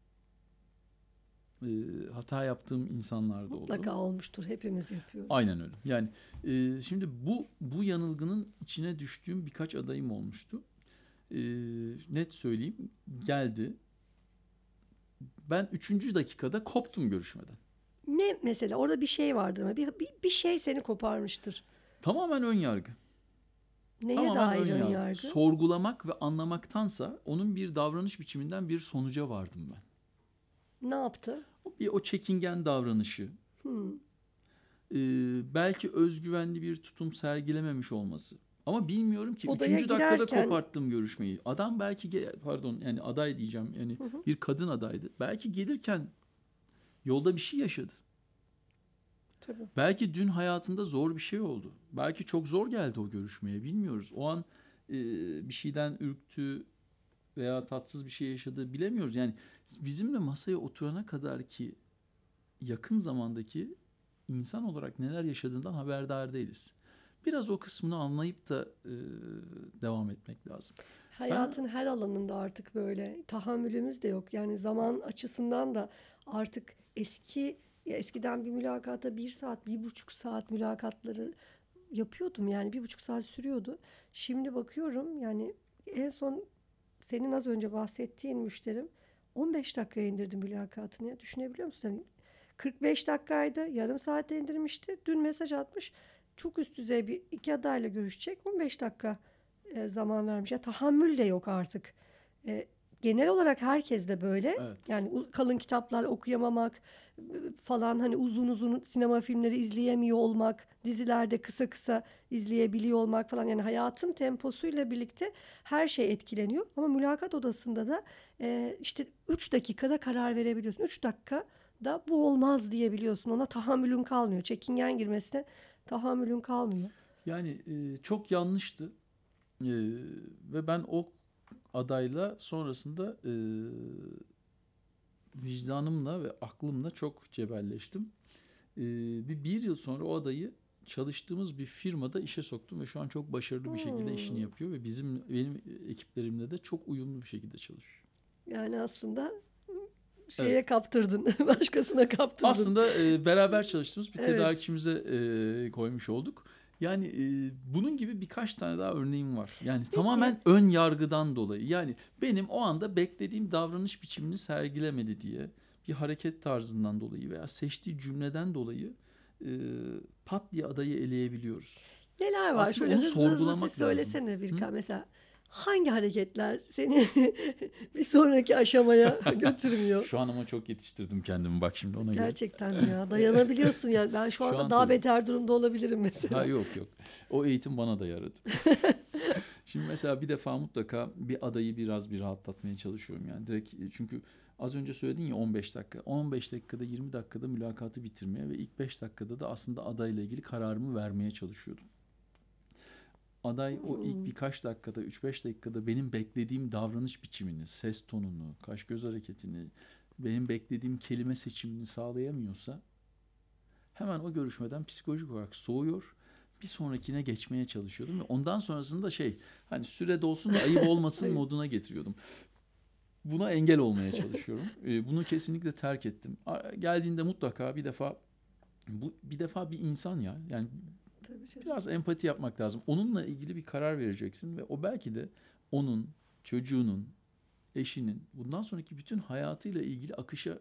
E, hata yaptığım insanlar da oldu. Mutlaka olmuştur. Hepimiz yapıyoruz. Aynen öyle. Yani e, şimdi bu bu yanılgının içine düştüğüm birkaç adayım olmuştu. E, net söyleyeyim, geldi. Ben üçüncü dakikada koptum görüşmeden. Ne mesela orada bir şey vardır ama bir, bir, bir şey seni koparmıştır. Tamamen ön yargı. Neye Tamamen dair ön ön yargı. yargı? Sorgulamak ve anlamaktansa onun bir davranış biçiminden bir sonuca vardım ben. Ne yaptı? O bir o çekingen davranışı, Hmm. e, belki özgüvenli bir tutum sergilememiş olması. Ama bilmiyorum ki Odaya üçüncü dakikada girerken koparttım görüşmeyi. Adam belki ge- pardon yani aday diyeceğim yani hı hı, bir kadın adaydı. Belki gelirken yolda bir şey yaşadı. tabii. Belki dün hayatında zor bir şey oldu. Belki çok zor geldi o görüşmeye, bilmiyoruz. O an e, bir şeyden ürktü veya tatsız bir şey yaşadı, bilemiyoruz. Yani bizimle masaya oturana kadar ki yakın zamandaki insan olarak neler yaşadığından haberdar değiliz. Biraz o kısmını anlayıp da e, devam etmek lazım. Ben Hayatın her alanında artık böyle tahammülümüz de yok. Yani zaman açısından da artık eski ya eskiden bir mülakata bir saat, bir buçuk saat mülakatları yapıyordum. Yani bir buçuk saat sürüyordu. Şimdi bakıyorum yani en son senin az önce bahsettiğin müşterim on beş dakikaya indirdi mülakatını ya. Düşünebiliyor musun? Yani kırk beş dakikaydı, yarım saate indirmişti. Dün mesaj atmış. Çok üst düzey bir iki adayla görüşecek. on beş dakika e, zaman vermiş. Ya tahammül de yok artık. E, genel olarak herkes de böyle. evet. Yani u- kalın kitaplar okuyamamak e, falan hani uzun uzun sinema filmleri izleyemiyor olmak, dizilerde kısa kısa izleyebiliyor olmak falan yani hayatın temposuyla birlikte her şey etkileniyor. Ama mülakat odasında da e, işte üç dakikada karar verebiliyorsun. üç dakika da bu olmaz diyebiliyorsun. Ona tahammülün kalmıyor. Çekingen girmesine tahammülün kalmıyor. Yani e, çok yanlıştı. E, ve ben o adayla sonrasında e, vicdanımla ve aklımla çok cebelleştim. E, bir, bir yıl sonra o adayı çalıştığımız bir firmada işe soktum ve şu an çok başarılı bir şekilde işini Hmm. yapıyor ve bizim benim ekiplerimle de çok uyumlu bir şekilde çalışıyor. Yani aslında Evet. şeye kaptırdın. Başkasına kaptırdın. Aslında e, beraber çalıştığımız bir Evet. tedarikçimize e, koymuş olduk. Yani e, bunun gibi birkaç tane daha örneğim var. Yani Peki tamamen ön yargıdan dolayı. Yani benim o anda beklediğim davranış biçimini sergilemedi diye bir hareket tarzından dolayı veya seçtiği cümleden dolayı e, pat diye adayı eleyebiliyoruz. neler var? Aslında Şöyle onu hızlı hızlı bir sorgulamak lazım. söylesene Hı? Birkan. Mesela hangi hareketler seni bir sonraki aşamaya götürmüyor? Şu an ama çok yetiştirdim kendimi bak şimdi ona göre. Gerçekten mi ya? Dayanabiliyorsun yani. Ben şu Şu anda an daha tabii. beter durumda olabilirim Ha mesela. yok yok. O eğitim bana da yaradı. Şimdi mesela bir defa mutlaka bir adayı biraz bir rahatlatmaya çalışıyorum yani direkt çünkü az önce söyledin ya on beş dakika. on beş dakikada yirmi dakikada mülakatı bitirmeye ve ilk beş dakikada da aslında adayla ilgili kararımı vermeye çalışıyordum. Aday o ilk Hmm. birkaç dakikada üç beş dakikada benim beklediğim davranış biçimini, ses tonunu, kaş göz hareketini, benim beklediğim kelime seçimini sağlayamıyorsa hemen o görüşmeden psikolojik olarak soğuyor. Bir sonrakine geçmeye çalışıyordum ve ondan sonrasında şey hani süre dolsun da ayıp olmasın Hayır. moduna getiriyordum. Buna engel olmaya çalışıyorum. Ee, bunu kesinlikle terk ettim. A- Geldiğinde mutlaka bir defa bu bir defa bir insan ya. Yani Tabii canım. biraz empati yapmak lazım. Onunla ilgili bir karar vereceksin ve o belki de onun, çocuğunun, eşinin bundan sonraki bütün hayatıyla ilgili akışa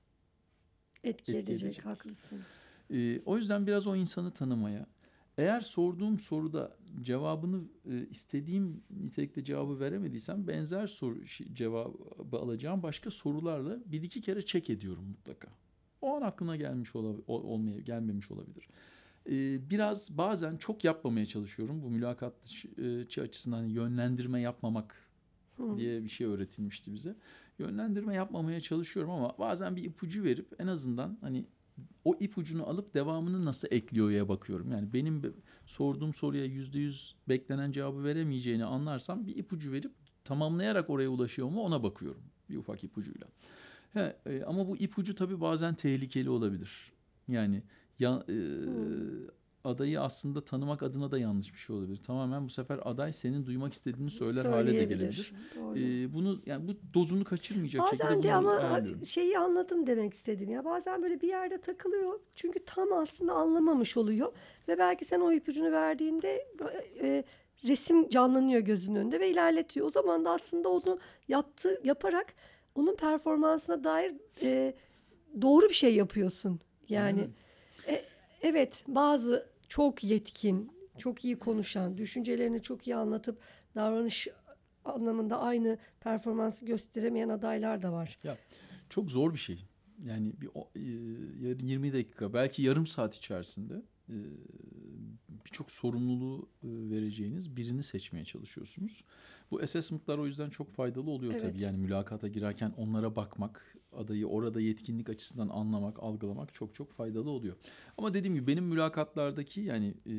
Etki etki edecek. edecek. Haklısın. Ee, o yüzden biraz o insanı tanımaya, eğer sorduğum soruda cevabını e, istediğim nitelikte cevabı veremediysem benzer soru şi- cevabı alacağım başka sorularla bir iki kere check ediyorum mutlaka. O an aklına gelmiş olabilir, olmaya gelmemiş olabilir. Ee, biraz bazen çok yapmamaya çalışıyorum. Bu mülakatçı açısından hani yönlendirme yapmamak Hmm. diye bir şey öğretilmişti bize. Yönlendirme yapmamaya çalışıyorum ama bazen bir ipucu verip en azından hani o ipucunu alıp devamını nasıl ekliyor'ya bakıyorum. Yani benim sorduğum soruya yüzde yüz beklenen cevabı veremeyeceğini anlarsam bir ipucu verip tamamlayarak oraya ulaşıyor mu ona bakıyorum. Bir ufak ipucuyla. He, e, ama bu ipucu tabii bazen tehlikeli olabilir. Yani ya, e, Hmm. adayı aslında tanımak adına da yanlış bir şey olabilir. Tamamen bu sefer aday senin duymak istediğini söyler hale de gelebilir. Söyleyebilir. Doğru. E, bunu yani bu dozunu kaçırmayacak şekilde Bazen de ama bunları ha- ayarlıyorum. şeyi anladım demek istediğini. Ya bazen böyle bir yerde takılıyor. Çünkü tam aslında anlamamış oluyor. Ve belki sen o ipucunu verdiğinde e, resim canlanıyor gözünün önünde ve ilerletiyor. O zaman da aslında onu yaptı, yaparak onun performansına dair e, doğru bir şey yapıyorsun. Yani Aynen. e, evet, bazı çok yetkin, çok iyi konuşan, düşüncelerini çok iyi anlatıp davranış anlamında aynı performansı gösteremeyen adaylar da var. Ya çok zor bir şey. Yani bir o- e, yarın yirmi dakika belki yarım saat içerisinde e, birçok sorumluluğu e, vereceğiniz birini seçmeye çalışıyorsunuz. Bu assessment'lar o yüzden çok faydalı oluyor tabii. Evet. Yani mülakata girerken onlara bakmak, adayı orada yetkinlik açısından anlamak, algılamak çok çok faydalı oluyor. Ama dediğim gibi benim mülakatlardaki yani e,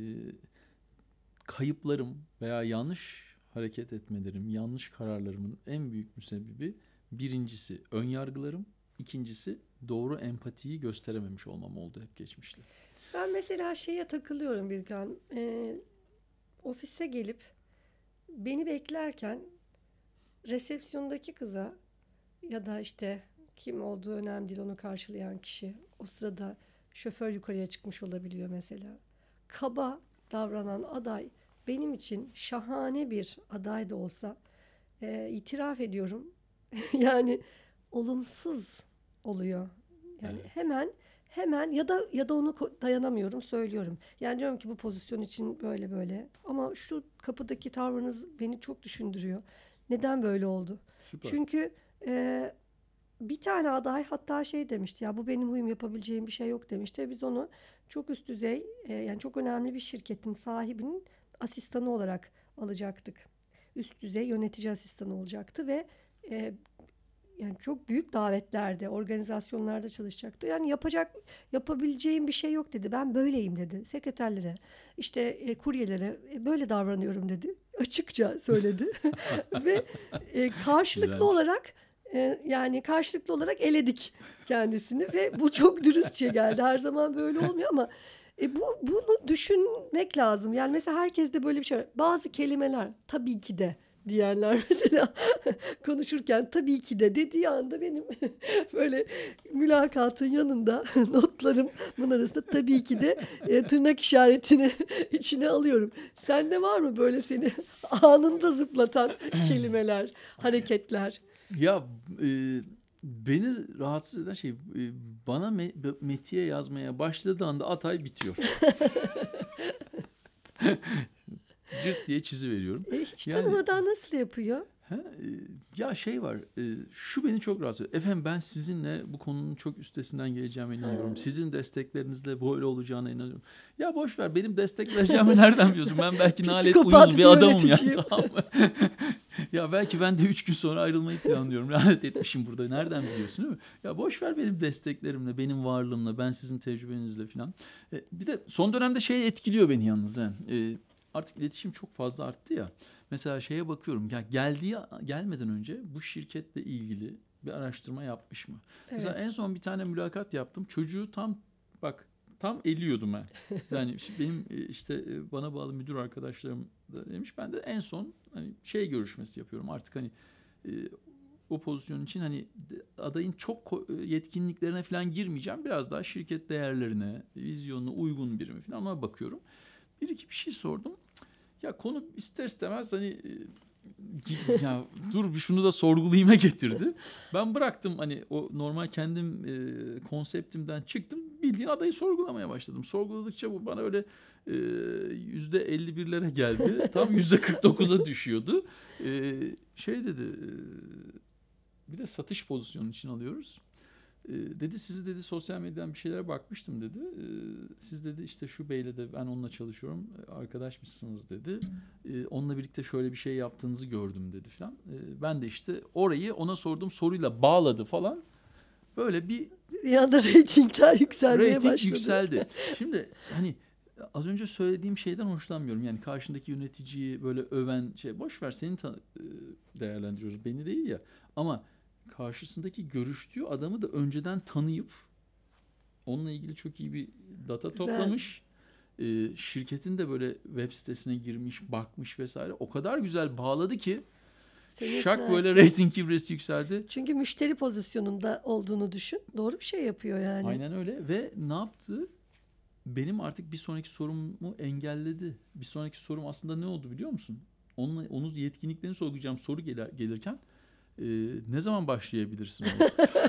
kayıplarım veya yanlış hareket etmelerim, yanlış kararlarımın en büyük müsebbibi birincisi ön yargılarım, ikincisi doğru empatiyi gösterememiş olmam oldu hep geçmişte. Ben mesela şeye takılıyorum Birkan. Ee, ofise gelip beni beklerken resepsiyondaki kıza ya da işte kim olduğu önemli değil, onu karşılayan kişi. O sırada şoför yukarıya çıkmış olabiliyor mesela. Kaba davranan aday benim için şahane bir aday da olsa e, itiraf ediyorum. Yani olumsuz oluyor. Yani Evet. hemen hemen ya da ya da onu ko- dayanamıyorum, söylüyorum. Yani diyorum ki bu pozisyon için böyle böyle. Ama şu kapıdaki tavrınız beni çok düşündürüyor. Neden böyle oldu? Süper. Çünkü e, bir tane aday hatta şey demişti, ya bu benim huyum, yapabileceğim bir şey yok demişti. Biz onu çok üst düzey e, yani çok önemli bir şirketin sahibinin asistanı olarak alacaktık. Üst düzey yönetici asistanı olacaktı ve e, yani çok büyük davetlerde, organizasyonlarda çalışacaktı. Yani yapacak, yapabileceğim bir şey yok dedi. Ben böyleyim dedi. Sekreterlere, işte e, kuryelere e, böyle davranıyorum dedi. Açıkça söyledi. Ve e, karşılıklı Güzelmiş. olarak e, yani karşılıklı olarak eledik kendisini ve bu çok dürüstçe geldi. Her zaman böyle olmuyor ama e, bu bunu düşünmek lazım. Yani mesela herkeste böyle bir şey var. Bazı kelimeler tabii ki de diyenler mesela konuşurken tabii ki de dediği anda benim böyle mülakatın yanında notlarımın arasında tabii ki de e, tırnak işaretini içine alıyorum. Sende var mı böyle seni anında zıplatan kelimeler, hareketler? Ya e, beni rahatsız eden şey e, bana me- metiye yazmaya başladığı anda Atay bitiyor. Cırt diye çizi veriyorum. E, hiç Yani tanımadan nasıl yapıyor? Ha, e, ya şey var, e, şu beni çok rahatsız ediyor. Efendim ben sizinle bu konunun çok üstesinden geleceğime Ha. inanıyorum. Sizin desteklerinizle böyle olacağına inanıyorum. Ya boş ver, benim destek vereceğimi nereden biliyorsun? Ben belki nalet uyuz Psikopat bir bir adamım ya, yöneticiyim. tamam mı? Ya belki ben de üç gün sonra ayrılmayı planlıyorum. Lanet etmişim burada. Nereden biliyorsun, değil mi? Ya boş ver benim desteklerimle, benim varlığımla, ben sizin tecrübenizle falan. E, bir de son dönemde şey etkiliyor beni yalnız. He. E, artık iletişim çok fazla arttı ya. Mesela şeye bakıyorum, ya geldiği gelmeden önce bu şirketle ilgili bir araştırma yapmış mı? Mesela en Evet. son bir tane mülakat yaptım. Çocuğu tam bak tam eliyordum ben. Yani işte benim e, işte e, bana bağlı müdür arkadaşlarım da demiş. Ben de en son hani şey görüşmesi yapıyorum. Artık hani e, o pozisyon için hani adayın çok ko- e, yetkinliklerine falan girmeyeceğim. Biraz daha şirket değerlerine, vizyonuna uygun biri mi falan, ona bakıyorum. Bir iki bir şey sordum. Ya konu ister istemez hani e, ya dur bir şunu da sorgulayayım'a getirdi. Ben bıraktım hani o normal kendim e, konseptimden çıktım. Bildiğin adayı sorgulamaya başladım. Sorguladıkça bu bana öyle e, yüzde elli birlere geldi. Tam yüzde kırk dokuza düşüyordu. E, şey dedi, e, bir de satış pozisyonu için alıyoruz. E, dedi sizi dedi sosyal medyadan bir şeylere bakmıştım dedi. E, siz dedi işte şu beyle de ben onunla çalışıyorum. E, arkadaşmışsınız dedi. E, onunla birlikte şöyle bir şey yaptığınızı gördüm dedi falan. E, ben de işte orayı ona sorduğum soruyla bağladı falan. Böyle bir Bir anda reytingler yükselmeye reyting başladı. yükseldi. Şimdi hani az önce söylediğim şeyden hoşlanmıyorum. Yani karşındaki yöneticiyi böyle öven şey, boş ver seni ta- e, değerlendiriyoruz, beni değil ya. Ama karşısındaki görüştüğü adamı da önceden tanıyıp onunla ilgili çok iyi bir data Güzel. toplamış. Ee, şirketin de böyle web sitesine girmiş, bakmış vesaire. O kadar güzel bağladı ki Seni şak ikna böyle etti. reyting ivresi yükseldi. Çünkü müşteri pozisyonunda olduğunu düşün. Doğru bir şey yapıyor yani. Aynen öyle ve ne yaptı? Benim artık bir sonraki sorumu engelledi. Bir sonraki sorum aslında ne oldu biliyor musun? Onunla, onun yetkinliklerini sorgulayacağım soru gelir, gelirken e, ne zaman başlayabilirsin oldu?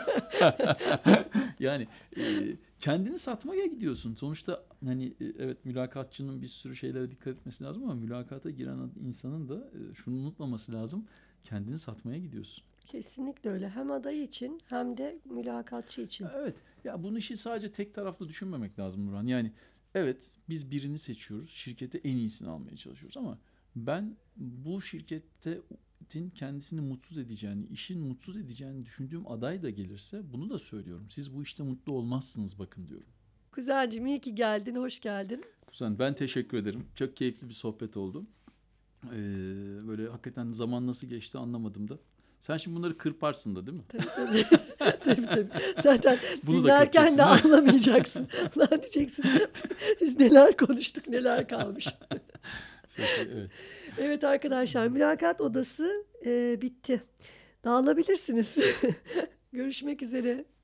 Yani e, kendini satmaya gidiyorsun. Sonuçta hani e, evet mülakatçının bir sürü şeylere dikkat etmesi lazım ama mülakata giren insanın da e, şunu unutmaması lazım. Kendini satmaya gidiyorsun. Kesinlikle öyle. Hem aday için hem de mülakatçı için. Evet. Ya bunun işi sadece tek taraflı düşünmemek lazım Nurhan. Yani evet biz birini seçiyoruz. Şirkete en iyisini almaya çalışıyoruz ama ben bu şirketin kendisini mutsuz edeceğini, işin mutsuz edeceğini düşündüğüm aday da gelirse bunu da söylüyorum. Siz bu işte mutlu olmazsınız bakın diyorum. Kuzencim iyi ki geldin, hoş geldin. Kuzen ben teşekkür ederim. Çok keyifli bir sohbet oldu. Ee, böyle hakikaten zaman nasıl geçti anlamadım da. Sen şimdi bunları kırparsın da değil mi? Tabii tabii. tabii, tabii. Zaten Bunu da dinlerken de kırpacaksın, anlamayacaksın. Lan diyeceksin biz neler konuştuk, neler kalmış. Peki, evet. Evet arkadaşlar, mülakat odası e, bitti. Dağılabilirsiniz. Görüşmek üzere.